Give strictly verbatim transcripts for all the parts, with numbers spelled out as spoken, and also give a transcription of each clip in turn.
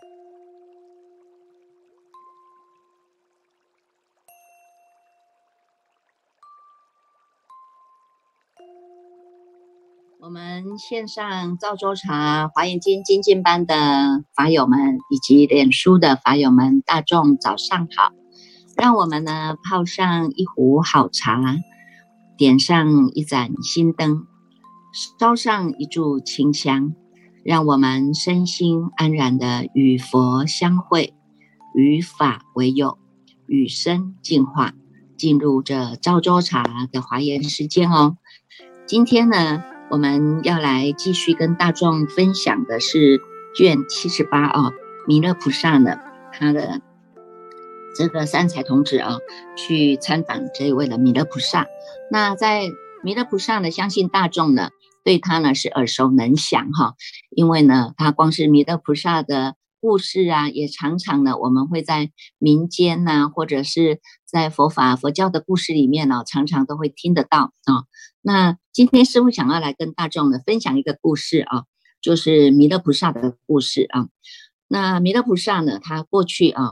我们线上赵州茶华严经精进班的法友们，以及脸书的法友们，大众早上好！让我们呢泡上一壶好茶，点上一盏心灯，烧上一炷清香，让我们身心安然的与佛相会，与法为友，与生进化，进入这赵州茶的华严时间哦。今天呢，我们要来继续跟大众分享的是卷七十八哦，弥勒菩萨呢，他的这个三才童子啊，去参访这一位的弥勒菩萨。那在弥勒菩萨呢，相信大众呢对他呢是耳熟能详哈，因为呢，他光是弥勒菩萨的故事啊，也常常呢，我们会在民间呐、啊，或者是在佛法佛教的故事里面呢、啊，常常都会听得到啊。那今天师父想要来跟大众呢分享一个故事啊，就是弥勒菩萨的故事啊。那弥勒菩萨呢，他过去啊，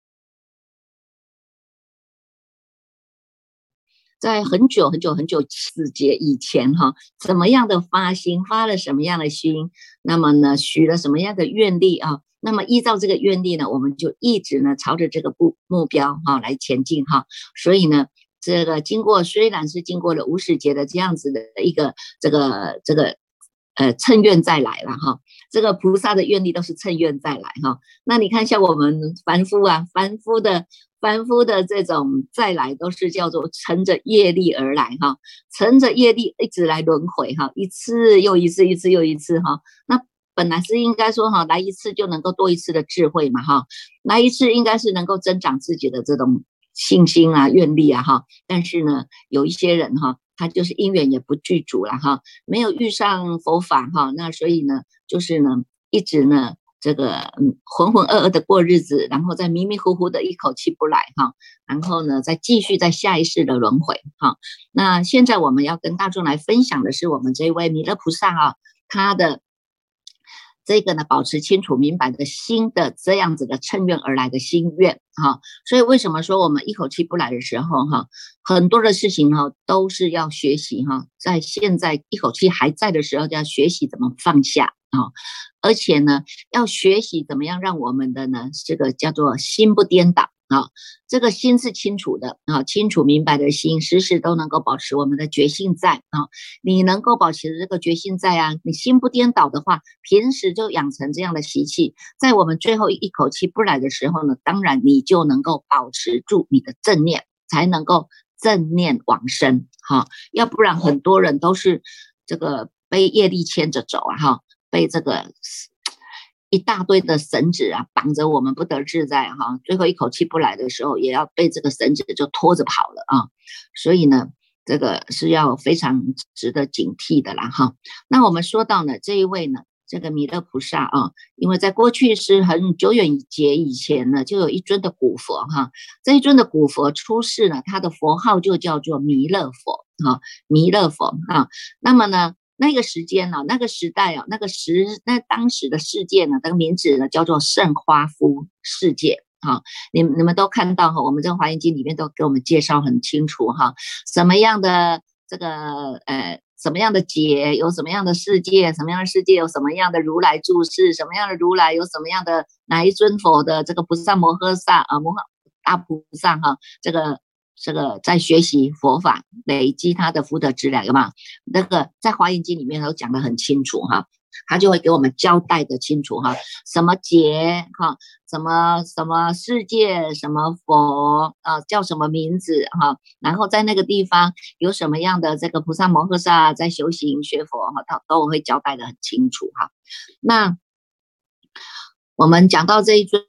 在很久很久很久时节以前哈、啊，怎么样的发心，发了什么样的心，那么呢，许了什么样的愿力啊？那么依照这个愿力呢，我们就一直呢朝着这个目目标哈、啊、来前进哈、啊。所以呢，这个经过虽然是经过了无始劫的这样子的一个这个这个呃趁愿再来了哈，这个菩萨的愿力都是趁愿再来哈。那你看像我们凡夫啊，凡夫的凡夫的这种再来都是叫做乘着业力而来哈，乘着业力一直来轮回哈，一次又一次，一次又一次哈。那本来是应该说哈，来一次就能够多一次的智慧嘛哈，来一次应该是能够增长自己的这种信心啊、愿力啊哈。但是呢，有一些人哈，他就是因缘也不具足了哈，没有遇上佛法哈，那所以呢，就是呢，一直呢。这个嗯浑浑噩噩的过日子，然后再迷迷糊糊的一口气不来哈，然后呢再继续在下一世的轮回哈。那现在我们要跟大众来分享的是我们这位弥勒菩萨啊，他的这个呢保持清楚明白的心的这样子的趁愿而来的心愿哈。所以为什么说我们一口气不来的时候哈，很多的事情哈都是要学习哈，在现在一口气还在的时候，就要学习怎么放下啊。而且呢，要学习怎么样让我们的呢，这个叫做心不颠倒啊，这个心是清楚的啊，清楚明白的心，时时都能够保持我们的觉性在啊。你能够保持这个觉性在啊，你心不颠倒的话，平时就养成这样的习气，在我们最后一口气不来的时候呢，当然你就能够保持住你的正念，才能够正念往生哈。要不然很多人都是这个被业力牵着走啊哈。被这个一大堆的绳子啊绑着我们不得自在哈，最后一口气不来的时候，也要被这个绳子就拖着跑了啊。所以呢，这个是要非常值得警惕的啦哈。那我们说到呢，这一位呢，这个弥勒菩萨啊，因为在过去是很久远节以前呢，就有一尊的古佛哈，这一尊的古佛出世呢，他的佛号就叫做弥勒佛哈，弥勒佛啊。那么呢，那个时间呢、啊，那个时代啊，那个时那当时的世界呢，那个名字呢叫做圣花夫世界哈。你你们都看到哈，我们这个华严经里面都给我们介绍很清楚哈，什么样的这个呃什么样的劫有什么样的世界，什么样的世界有什么样的如来住世，什么样的如来有什么样的哪一尊佛的这个菩萨摩诃萨啊摩诃大菩萨哈，这个。这个在学习佛法，累积他的福德资粮，有没有？那个在华严经里面都讲得很清楚哈，他就会给我们交代的清楚哈，什么劫哈，什么什么世界，什么佛啊，叫什么名字哈，然后在那个地方有什么样的这个菩萨摩诃萨在修行学佛哈，他都会交代的很清楚哈。那我们讲到这一尊。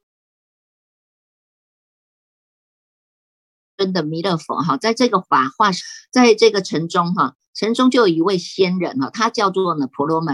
尊的弥勒佛哈，在这个法化，在这个城中哈，城中就有一位仙人哈，他叫做呢婆罗门人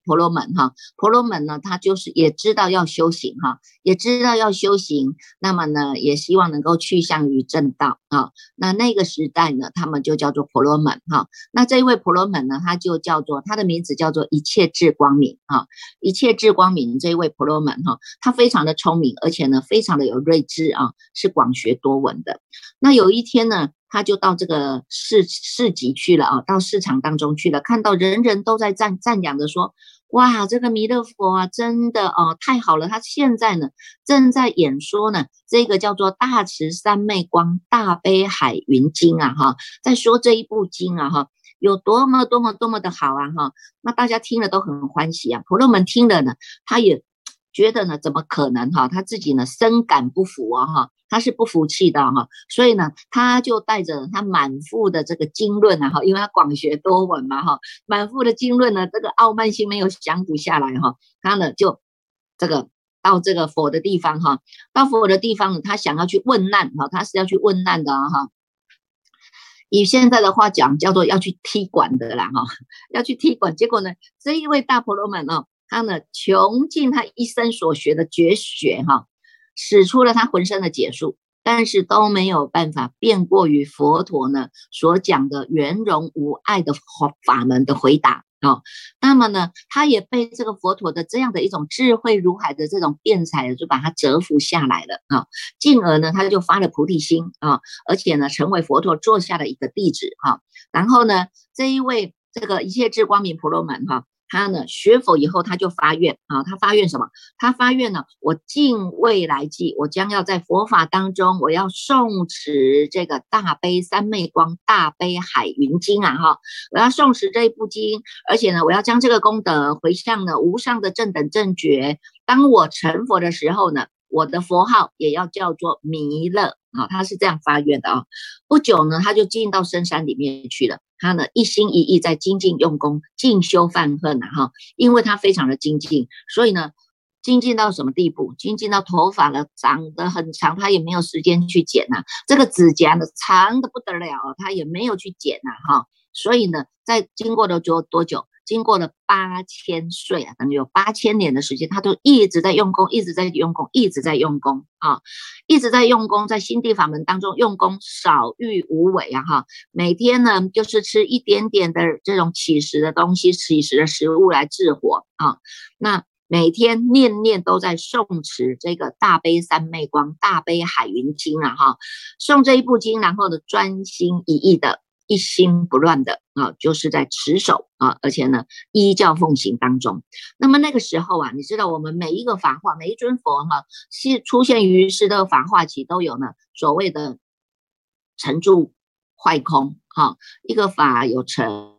婆罗门哈，婆罗门呢，他就是也知道要修行哈，也知道要修行，那么呢，也希望能够去向于正道啊。那那个时代呢，他们就叫做婆罗门哈。那这一位婆罗门呢，他就叫做他的名字叫做一切智光明啊，一切智光明这一位婆罗门哈，他非常的聪明，而且呢，非常的有睿智啊，是广学多闻的。那有一天呢，他就到这个市市集去了啊，到市场当中去了，看到人人都在赞赞扬的说，哇，这个弥勒佛啊，真的哦，太好了！他现在呢正在演说呢，这个叫做大慈三昧光大悲海云经啊，哈，在说这一部经啊，哈，有多么多么多么的好啊，哈，那大家听了都很欢喜啊。婆罗门听了呢，他也觉得呢，怎么可能哈？他自己呢深感不服啊，哈。他是不服气的哈，所以呢，他就带着他满腹的这个经论啊哈，因为他广学多闻嘛哈，满腹的经论呢，这个傲慢心没有降服下来哈，他呢就这个到这个佛的地方哈，到佛的地方呢，他想要去问难哈，他是要去问难的哈。以现在的话讲，叫做要去踢馆的啦哈，要去踢馆。结果呢，这一位大婆罗门哦，他呢穷尽他一生所学的绝学哈。使出了他浑身的解数，但是都没有办法辩过于佛陀呢所讲的圆融无碍的法门的回答啊、哦。那么呢，他也被这个佛陀的这样的一种智慧如海的这种辩才，就把他折服下来了啊、哦。进而呢，他就发了菩提心啊、哦，而且呢，成为佛陀座下的一个弟子哈、哦。然后呢，这一位这个一切智光明婆罗门哈。他呢学佛以后，他就发愿啊，他发愿什么？他发愿呢，我尽未来际，我将要在佛法当中，我要诵持这个大悲三昧光大悲海云经啊，哈，我要诵持这一部经，而且呢，我要将这个功德回向呢无上的正等正觉。当我成佛的时候呢，我的佛号也要叫做弥勒啊，他是这样发愿的啊。不久呢，他就进到深山里面去了。他呢一心一意在精进用功，进修梵恨啊哈，因为他非常的精进，所以呢精进到什么地步？精进到头发了长得很长，他也没有时间去剪呐、啊。这个指甲呢长的不得了，他也没有去剪呐、啊、哈。所以呢，在经过了多多久？经过了八千岁啊，等于有八千年的时间，他都一直在用功，一直在用功，一直在用功啊，一直在用功，在心地法门当中用功，少欲无为啊哈。每天呢，就是吃一点点的这种起食的东西，起食的食物来治火啊。那每天念念都在诵持这个大悲三昧光大悲海云经啊哈，诵这一部经，然后呢专心一意的。一心不乱的啊，就是在持守啊，而且呢依教奉行当中。那么那个时候啊，你知道我们每一个法化，每一尊佛哈、啊，是出现于世的法化期都有呢所谓的成住坏空哈、啊，一个法有成。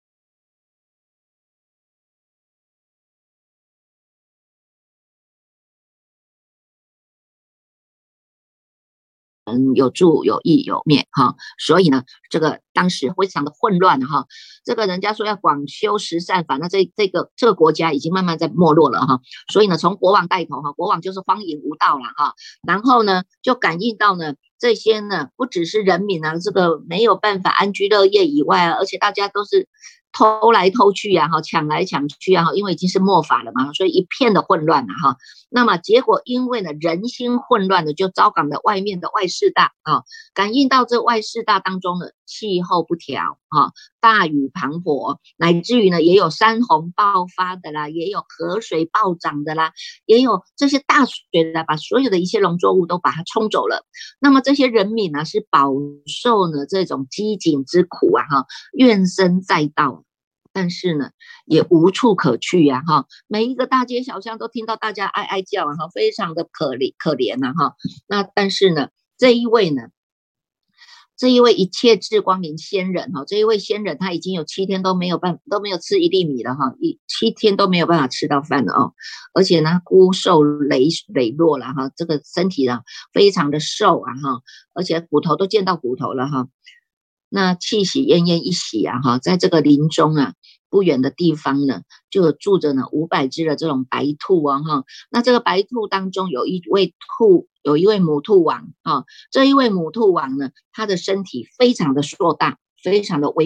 嗯，有住有异有灭哈，所以呢，这个当时非常的混乱哈。这个人家说要广修十善法，那这这个这个国家已经慢慢在没落了哈。所以呢，从国王带头哈，国王就是荒淫无道了哈。然后呢，就感应到呢，这些呢不只是人民啊，这个没有办法安居乐业以外啊，而且大家都是。偷来偷去啊，哈，抢来抢去啊，因为已经是末法了嘛，所以一片的混乱了哈。那么结果因为呢人心混乱的，就招感了外面的外事大啊，感应到这外事大当中的气候不调啊，大雨磅礴，乃至于呢也有山洪爆发的啦，也有河水暴涨的啦，也有这些大水啦，把所有的一切农作物都把它冲走了。那么这些人民呢是饱受呢这种饥馑之苦啊，哈，怨声载道。但是呢，也无处可去呀、啊，哈，每一个大街小巷都听到大家哀哀叫啊，哈，非常的可怜可怜呐、啊，哈。那但是呢，这一位呢，这一位一切智光明仙人哈，这一位仙人他已经有七天都没有办都没有吃一粒米了哈，一七天都没有办法吃到饭了哦，而且呢骨瘦羸羸弱了哈，这个身体呢非常的瘦啊哈，而且骨头都见到骨头了哈。那气息奄奄一息啊哈，在这个林中啊不远的地方呢，就住着呢五百只的这种白兔啊哈。那这个白兔当中有一位兔，有一位母兔王啊。这一位母兔王呢，它的身体非常的硕大，非常的威武，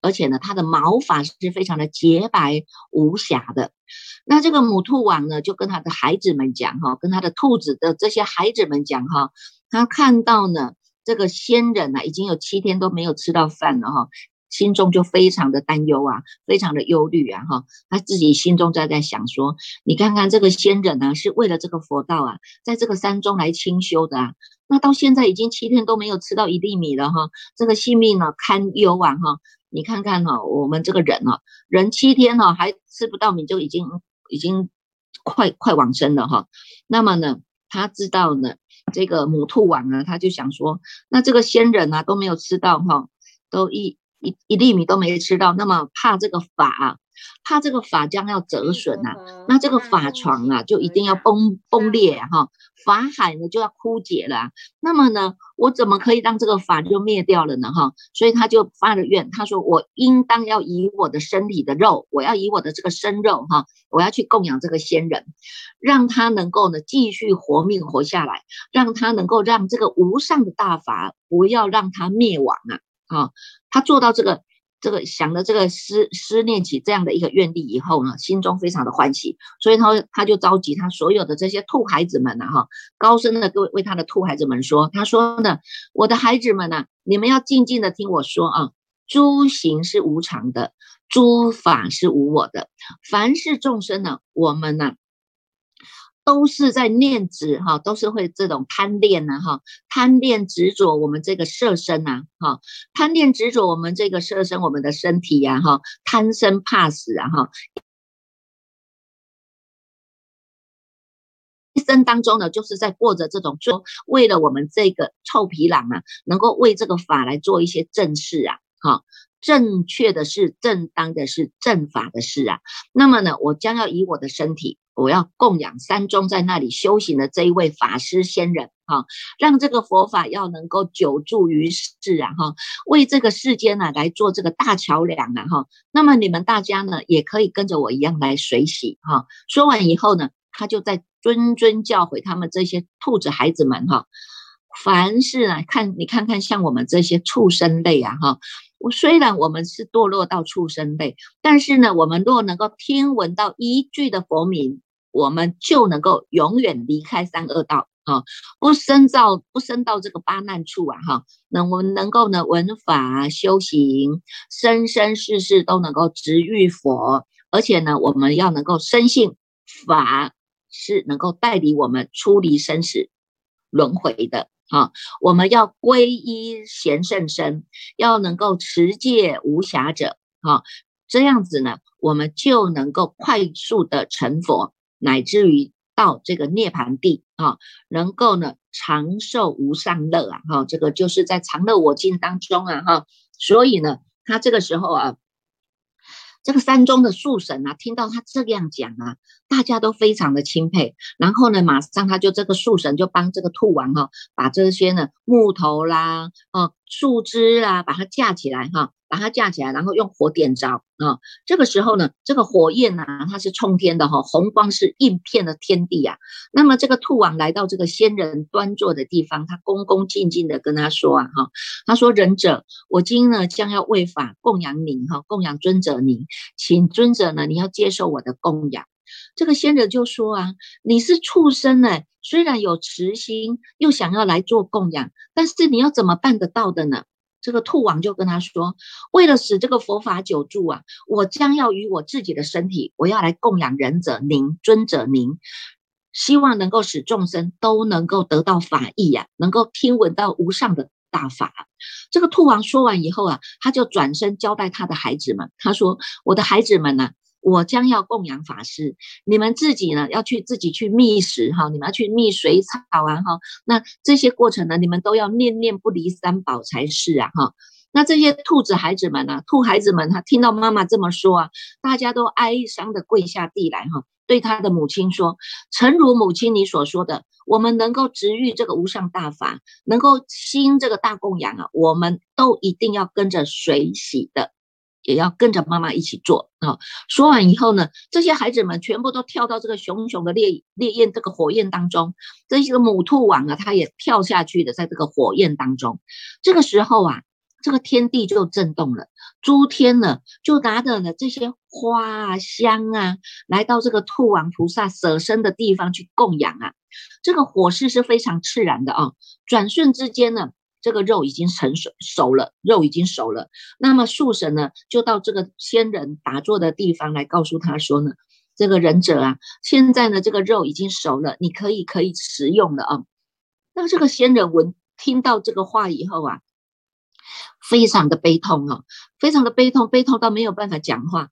而且呢，它的毛发是非常的洁白无瑕的。那这个母兔王呢，就跟他的孩子们讲哈，跟他的兔子的这些孩子们讲哈，他看到呢，这个仙人啊，已经有七天都没有吃到饭了哈，心中就非常的担忧啊，非常的忧虑啊哈，他自己心中在在想说，你看看这个仙人啊，是为了这个佛道啊，在这个山中来清修的啊，那到现在已经七天都没有吃到一粒米了哈，这个性命呢堪忧啊哈，你看看哈，我们这个人啊，人七天哈还吃不到米就已经已经快快往生了哈，那么呢，他知道呢，这个母兔王啊，他就想说，那这个仙人啊都没有吃到哈，都一一一粒米都没吃到，那么怕这个法啊，怕这个法将要折损啊，那这个法床啊就一定要崩崩裂啊哈，法海呢就要枯竭了啊，那么呢，我怎么可以让这个法就灭掉了呢哈？所以他就发了愿，他说我应当要以我的身体的肉，我要以我的这个身肉哈，我要去供养这个仙人，让他能够呢继续活命活下来，让他能够让这个无上的大法不要让他灭亡啊。啊，他做到这个这个想的这个思思念起这样的一个愿力以后呢，心中非常的欢喜，所以他他就召集他所有的这些兔孩子们啊，哈，高声的为为他的兔孩子们说，他说呢，我的孩子们啊，你们要静静的听我说啊，诸行是无常的，诸法是无我的，凡是众生呢，我们呢、啊。都是在念执哈，都是会这种贪恋呐哈，贪恋执着我们这个色身呐哈，贪恋执着我们这个色身，我们的身体呀哈，贪生怕死啊哈，一生当中呢，就是在过着这种做，为了我们这个臭皮囊啊，能够为这个法来做一些正事啊，哈。正确的是正当的是正法的事啊，那么呢，我将要以我的身体，我要供养山中在那里修行的这一位法师仙人哈，让这个佛法要能够久住于世啊哈，为这个世间呢来做这个大桥梁啊哈，那么你们大家呢也可以跟着我一样来随喜哈。说完以后呢，他就在谆谆教诲他们这些兔子孩子们哈，凡是啊看你看看像我们这些畜生类啊哈。虽然我们是堕落到畜生类，但是呢，我们若能够听闻到一句的佛名，我们就能够永远离开三恶道啊，不生到不生到这个八难处啊哈。那我们能够呢闻法修行，生生世世都能够值遇佛，而且呢，我们要能够深信法是能够带领我们出离生死轮回的。啊，我们要皈依贤圣身，要能够持戒无暇者，啊，这样子呢，我们就能够快速的成佛，乃至于到这个涅槃地啊，能够呢长寿无上乐啊，哈，这个就是在常乐我净当中啊，哈，所以呢，他这个时候啊。这个山中的树神啊，听到他这样讲啊，大家都非常的钦佩。然后呢，马上他就这个树神就帮这个兔王哈、啊，把这些呢木头啦、哦树枝啦，把它架起来哈、啊，把它架起来，然后用火点着啊。这个时候呢，这个火焰呐、啊，它是冲天的哈、啊，红光是映遍了天地啊。那么这个兔王来到这个仙人端坐的地方，他恭恭敬敬的跟他说啊哈，他说仁者，我今呢将要为法供养您哈，供养尊者您。请尊者呢，你要接受我的供养。这个仙人就说啊，你是畜生呢，虽然有慈心，又想要来做供养，但是你要怎么办得到的呢？这个兔王就跟他说，为了使这个佛法久住啊，我将要与我自己的身体，我要来供养仁者您，尊者您，希望能够使众生都能够得到法益啊，能够听闻到无上的大法。这个兔王说完以后啊，他就转身交代他的孩子们，他说：“我的孩子们呢、啊，我将要供养法师，你们自己呢要去自己去觅食哈，你们要去觅水草啊哈。那这些过程呢，你们都要念念不离三宝才是啊哈。那这些兔子孩子们呢、啊，兔孩子们他听到妈妈这么说啊，大家都哀伤的跪下地来哈。”对他的母亲说：“诚如母亲你所说的，我们能够直遇这个无上大法，能够兴这个大供养啊，我们都一定要跟着随喜的，也要跟着妈妈一起做啊。”说完以后呢，这些孩子们全部都跳到这个熊熊的烈烈焰这个火焰当中，这些母兔王啊，他也跳下去的，在这个火焰当中。这个时候啊。 这个天地就震动了，诸天呢就拿着呢这些花啊香啊，来到这个兔王菩萨舍身的地方去供养啊。这个火势是非常炽然的啊，转瞬之间呢，这个肉已经成熟熟了，肉已经熟了。那么树神呢，就到这个仙人打坐的地方来告诉他说呢，这个忍者啊，现在呢这个肉已经熟了，你可以可以食用了啊。那这个仙人闻听到这个话以后啊，非常的悲痛啊，非常的悲痛，悲痛到没有办法讲话。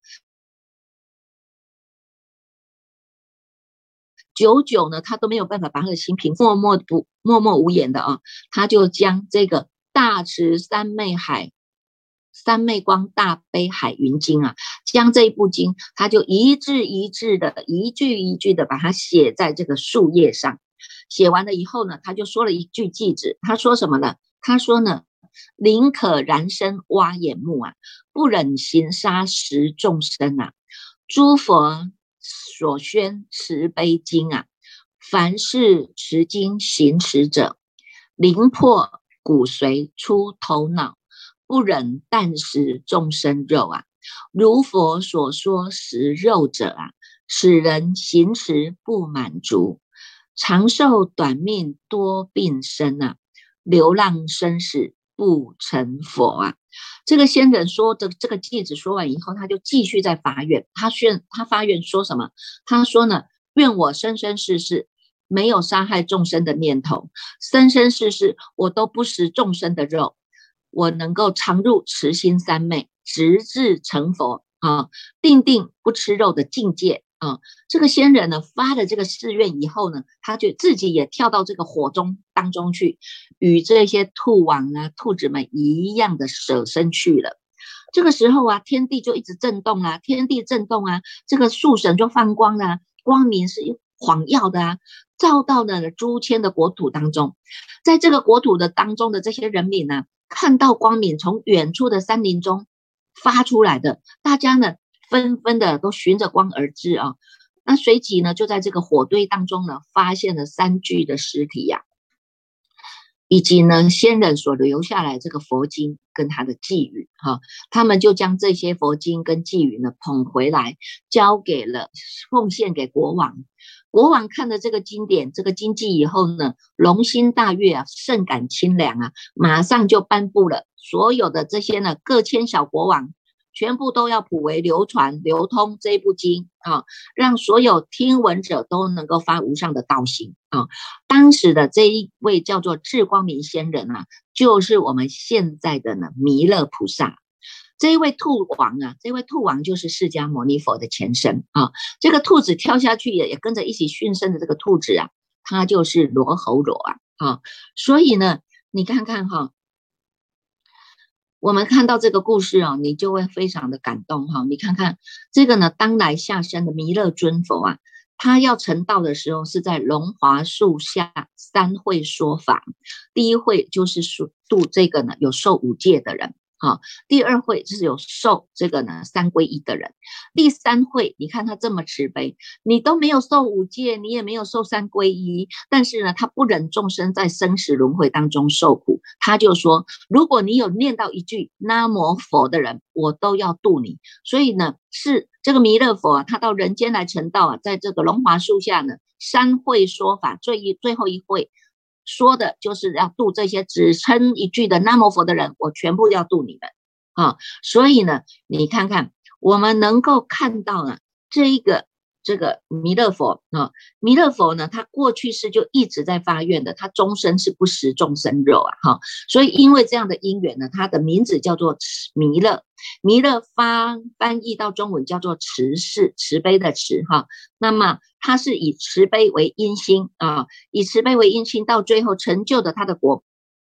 久久呢，他都没有办法把他的心平，默默不默默无言的啊，他就将这个大慈三昧海三昧光大悲海云经啊，将这一部经，他就一字一字的，一句一句的把它写在这个树叶上。写完了以后呢，他就说了一句偈子，他说什么呢？他说呢，宁可燃身挖眼目啊，不忍行杀食众生啊。诸佛所宣慈悲经啊，凡是持经行持者，灵魄骨髓出头脑，不忍啖食众生肉啊。如佛所说食肉者啊，使人行持不满足，长寿短命多病生啊，流浪生死不成佛啊。这个仙人说的这个偈子说完以后，他就继续在发愿，他宣他发愿说什么？他说呢，愿我生生世世没有杀害众生的念头，生生世世我都不食众生的肉，我能够常入慈心三昧，直至成佛啊，定定不吃肉的境界啊。这个仙人呢发了这个誓愿以后呢，他就自己也跳到这个火中当中去，与这些兔王啊兔子们一样的舍身去了。这个时候啊，天地就一直震动啊，天地震动啊，这个树神就放光了、啊，光明是晃耀的啊，照到了诸天的国土当中。在这个国土的当中的这些人民呢、啊，看到光明从远处的山林中发出来的，大家呢纷纷的都循着光而至啊。那随即呢，就在这个火堆当中呢，发现了三具的尸体呀、啊，以及呢先人所留下来这个佛经跟他的寄语哈、啊，他们就将这些佛经跟寄语呢捧回来，交给了奉献给国王。国王看了这个经典这个经记以后呢，龙心大悦啊，甚感清凉啊，马上就颁布了所有的这些呢各千小国王全部都要普为流传流通这一部经啊，让所有听闻者都能够发无上的道行啊。当时的这一位叫做智光明仙人啊，就是我们现在的呢弥勒菩萨。这一位兔王啊，这位兔王就是释迦牟尼佛的前身啊。这个兔子跳下去也也跟着一起殉身的这个兔子啊，它就是罗睺罗啊啊。所以呢，你看看哈、啊，我们看到这个故事啊，你就会非常的感动哈、啊。你看看这个呢，当来下生的弥勒尊佛啊，他要成道的时候是在龙华树下三会说法。第一会就是度这个呢有受五戒的人。好，第二会就是有受这个呢三皈依的人，第三会你看他这么慈悲，你都没有受五戒，你也没有受三皈依，但是呢他不忍众生在生死轮回当中受苦，他就说如果你有念到一句南无佛的人，我都要度你。所以呢是这个弥勒佛啊，他到人间来成道啊，在这个龙华树下呢三会说法，最一最后一会说的就是要度这些只称一句的南无佛的人，我全部要度你们啊！所以呢，你看看我们能够看到呢，这一个这个弥勒佛啊，弥勒佛呢，他过去世就一直在发愿的，他终身是不食众生肉啊，哈，所以因为这样的因缘呢，他的名字叫做弥勒，弥勒翻翻译到中文叫做慈氏，慈悲的慈哈，那么他是以慈悲为因心啊，以慈悲为因心，到最后成就的他的果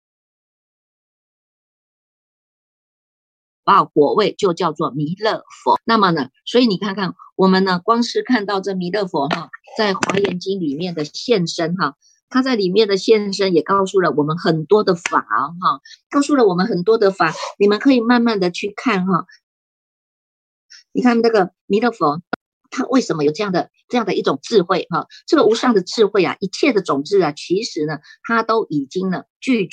报果位就叫做弥勒佛。那么呢，所以你看看我们呢，光是看到这弥勒佛哈，在华严经里面的现身哈，他在里面的现身也告诉了我们很多的法哈，告诉了我们很多的法，你们可以慢慢的去看哈。你看那个弥勒佛，他为什么有这样的这样的一种智慧哈？这个无上的智慧啊，一切的种子啊，其实呢，他都已经呢具足了。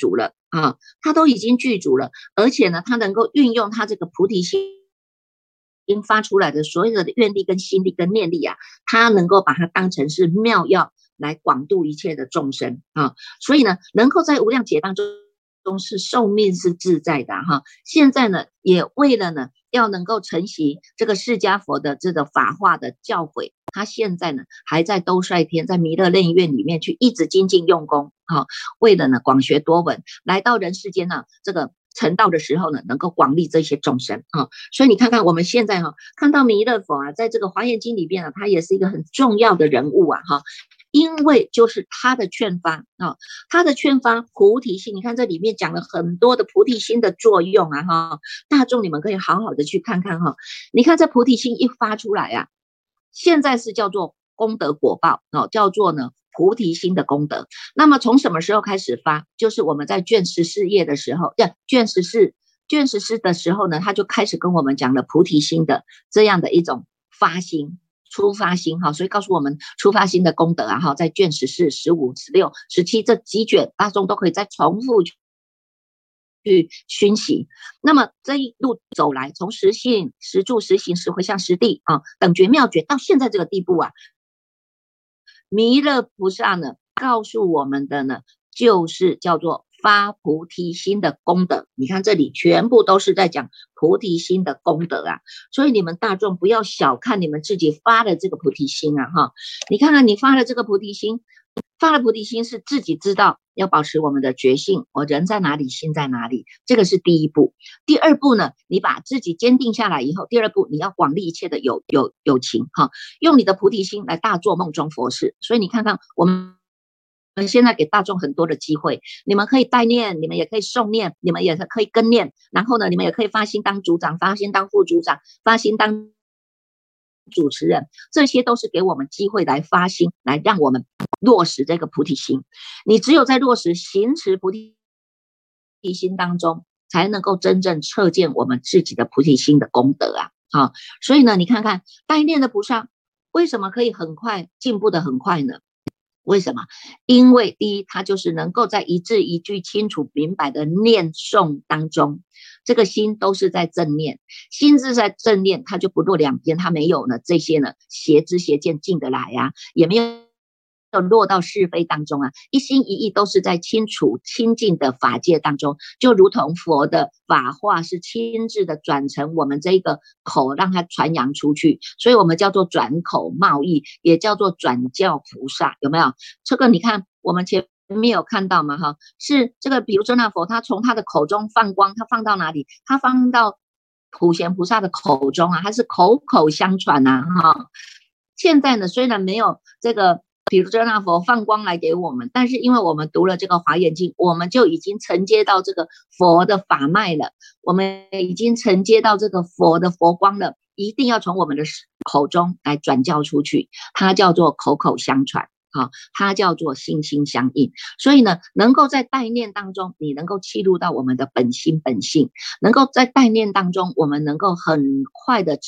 啊，他都已经具足了，而且呢，他能够运用他这个菩提心发出来的所有的愿力跟心力跟念力啊，他能够把它当成是妙药来广度一切的众生啊，所以呢，能够在无量劫当中是寿命是自在的哈。现在呢，也为了呢，要能够承袭这个释迦佛的这个法化的教诲，他现在呢还在兜率天，在弥勒内院里面去一直精进用功啊，为了呢广学多闻，来到人世间呢，这个成道的时候呢，能够广利这些众生啊。所以你看看我们现在哈，看到弥勒佛啊，在这个华严经里边啊，他也是一个很重要的人物啊哈。因为就是他的劝发啊，他的劝发菩提心，你看这里面讲了很多的菩提心的作用啊哈，大众你们可以好好的去看看哈。你看这菩提心一发出来啊，现在是叫做功德果报哦，叫做呢菩提心的功德。那么从什么时候开始发？就是我们在卷十四页的时候，呀，卷十四卷十四的时候呢，他就开始跟我们讲了菩提心的这样的一种发心。出发心哈，所以告诉我们出发心的功德啊哈，在卷十四、十五、十六、十七这几卷，大众都可以再重复去熏习。那么这一路走来，从实信、实住、实行、实回向、实地啊等觉妙觉，到现在这个地步啊，弥勒菩萨呢告诉我们的呢，就是叫做发菩提心的功德。你看这里全部都是在讲菩提心的功德啊，所以你们大众不要小看你们自己发的这个菩提心啊哈。你看看你发了这个菩提心，发了菩提心是自己知道要保持我们的觉性，我人在哪里心在哪里，这个是第一步。第二步呢，你把自己坚定下来以后，第二步你要广利一切的有有有情哈，用你的菩提心来大做梦中佛事。所以你看看我们我们现在给大众很多的机会，你们可以代念，你们也可以诵念，你们也可以跟念，然后呢，你们也可以发心当组长，发心当副组长，发心当主持人，这些都是给我们机会来发心，来让我们落实这个菩提心。你只有在落实行持菩提心当中，才能够真正彻见我们自己的菩提心的功德啊！好，所以呢，你看看代念的菩萨为什么可以很快进步的很快呢？为什么？因为第一，他就是能够在一字一句清楚明白的念诵当中，这个心都是在正念，心是在正念，他就不落两边，他没有呢这些呢邪知邪见进得来呀、啊，也没有落到是非当中啊，一心一意都是在清楚清净的法界当中，就如同佛的法化是亲自的转成我们这个口，让它传扬出去，所以我们叫做转口贸易，也叫做转教菩萨，有没有？这个你看我们前面有看到吗？哈，是这个，比如说那佛，他从他的口中放光，他放到哪里？他放到普贤菩萨的口中啊，他是口口相传啊，哈。现在呢，虽然没有这个比如说那佛放光来给我们，但是因为我们读了这个华严经，我们就已经承接到这个佛的法脉了，我们已经承接到这个佛的佛光了，一定要从我们的口中来转教出去，它叫做口口相传。好，它叫做心心相印，所以呢，能够在代念当中，你能够契入到我们的本心本性，能够在代念当中，我们能够很快的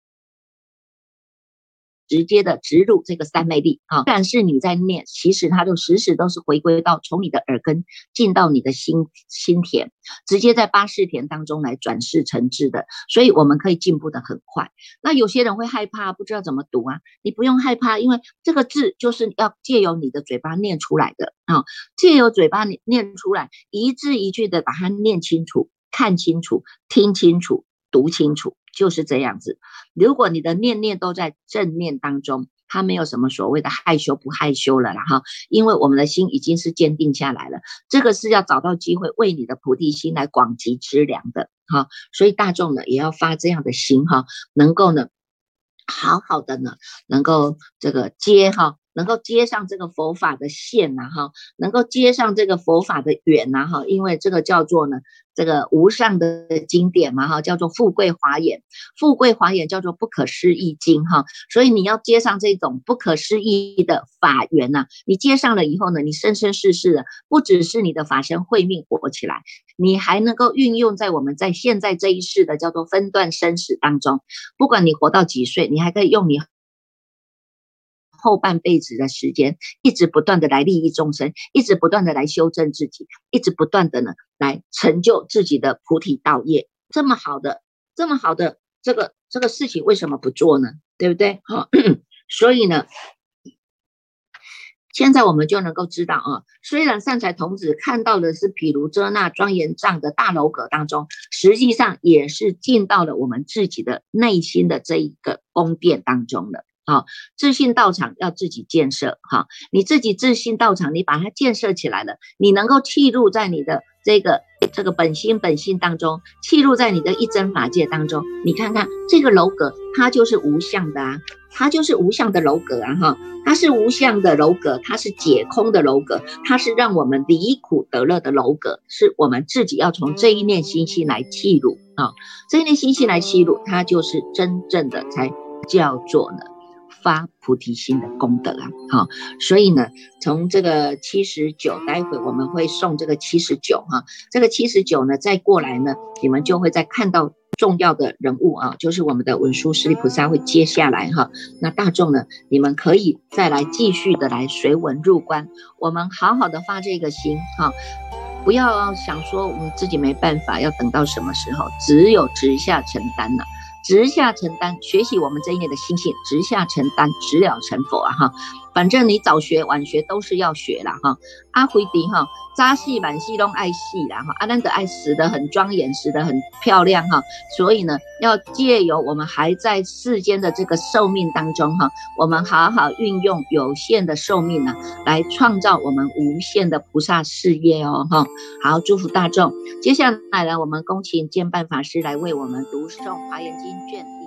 直接的植入这个三昧力啊，但是你在念，其实它就时时都是回归到从你的耳根进到你的心心田，直接在八识田当中来转世成智的，所以我们可以进步的很快。那有些人会害怕，不知道怎么读啊，你不用害怕，因为这个字就是要借由你的嘴巴念出来的啊，借由嘴巴念出来，一字一句的把它念清楚、看清楚、听清楚、读清楚。就是这样子，如果你的念念都在正念当中，它没有什么所谓的害羞不害羞了啦哈，因为我们的心已经是坚定下来了，这个是要找到机会为你的菩提心来广集资粮的哈，所以大众呢也要发这样的心哈，能够呢好好的呢能够这个接哈。能够接上这个佛法的线呐、啊、哈，能够接上这个佛法的缘呐、啊、哈，因为这个叫做呢这个无上的经典嘛哈，叫做富贵华严，富贵华严叫做不可思议经哈，所以你要接上这种不可思议的法缘呐、啊，你接上了以后呢，你生生世世的不只是你的法身慧命活起来，你还能够运用在我们在现在这一世的叫做分段生死当中，不管你活到几岁，你还可以用你后半辈子的时间，一直不断的来利益众生，一直不断的来修正自己，一直不断的呢来成就自己的菩提道业。这么好的这么好的这个这个事情为什么不做呢？对不对？好，所以呢现在我们就能够知道啊，虽然善财童子看到的是毗卢遮那庄严藏的大楼阁当中，实际上也是进到了我们自己的内心的这一个宫殿当中了。好，自信道场要自己建设，好，你自己自信道场，你把它建设起来了，你能够契入在你的这个这个本心本性当中，契入在你的一真法界当中，你看看这个楼阁，它就是无相的啊，它就是无相的楼阁啊，哈，它是无相的楼阁，它是解空的楼阁，它是让我们离苦得乐的楼阁，是我们自己要从这一念心性来契入啊，这一念心性来契入，它就是真正的才叫做呢发菩提心的功德啊，好，所以呢，从这个七十九，待会我们会送这个七十九哈，这个七十九呢，再过来呢，你们就会再看到重要的人物啊，就是我们的文殊师利菩萨会接下来哈，那大众呢，你们可以再来继续的来随文入观，我们好好的发这个心哈。不要想说我们自己没办法，要等到什么时候，只有直下承担了。直下承担，学习我们这一念的心性，直下承担，直了成佛啊哈！反正你早学晚学都是要学啦哈。阿回迪哈，扎戏满戏都爱戏啦哈，阿难得爱死得很庄严，死得很漂亮哈。所以呢，要借由我们还在世间的这个寿命当中哈，我们好好运用有限的寿命呢，来创造我们无限的菩萨事业哦哈。好，祝福大众。接下来呢，我们恭请建办法师来为我们读诵《华严经》卷。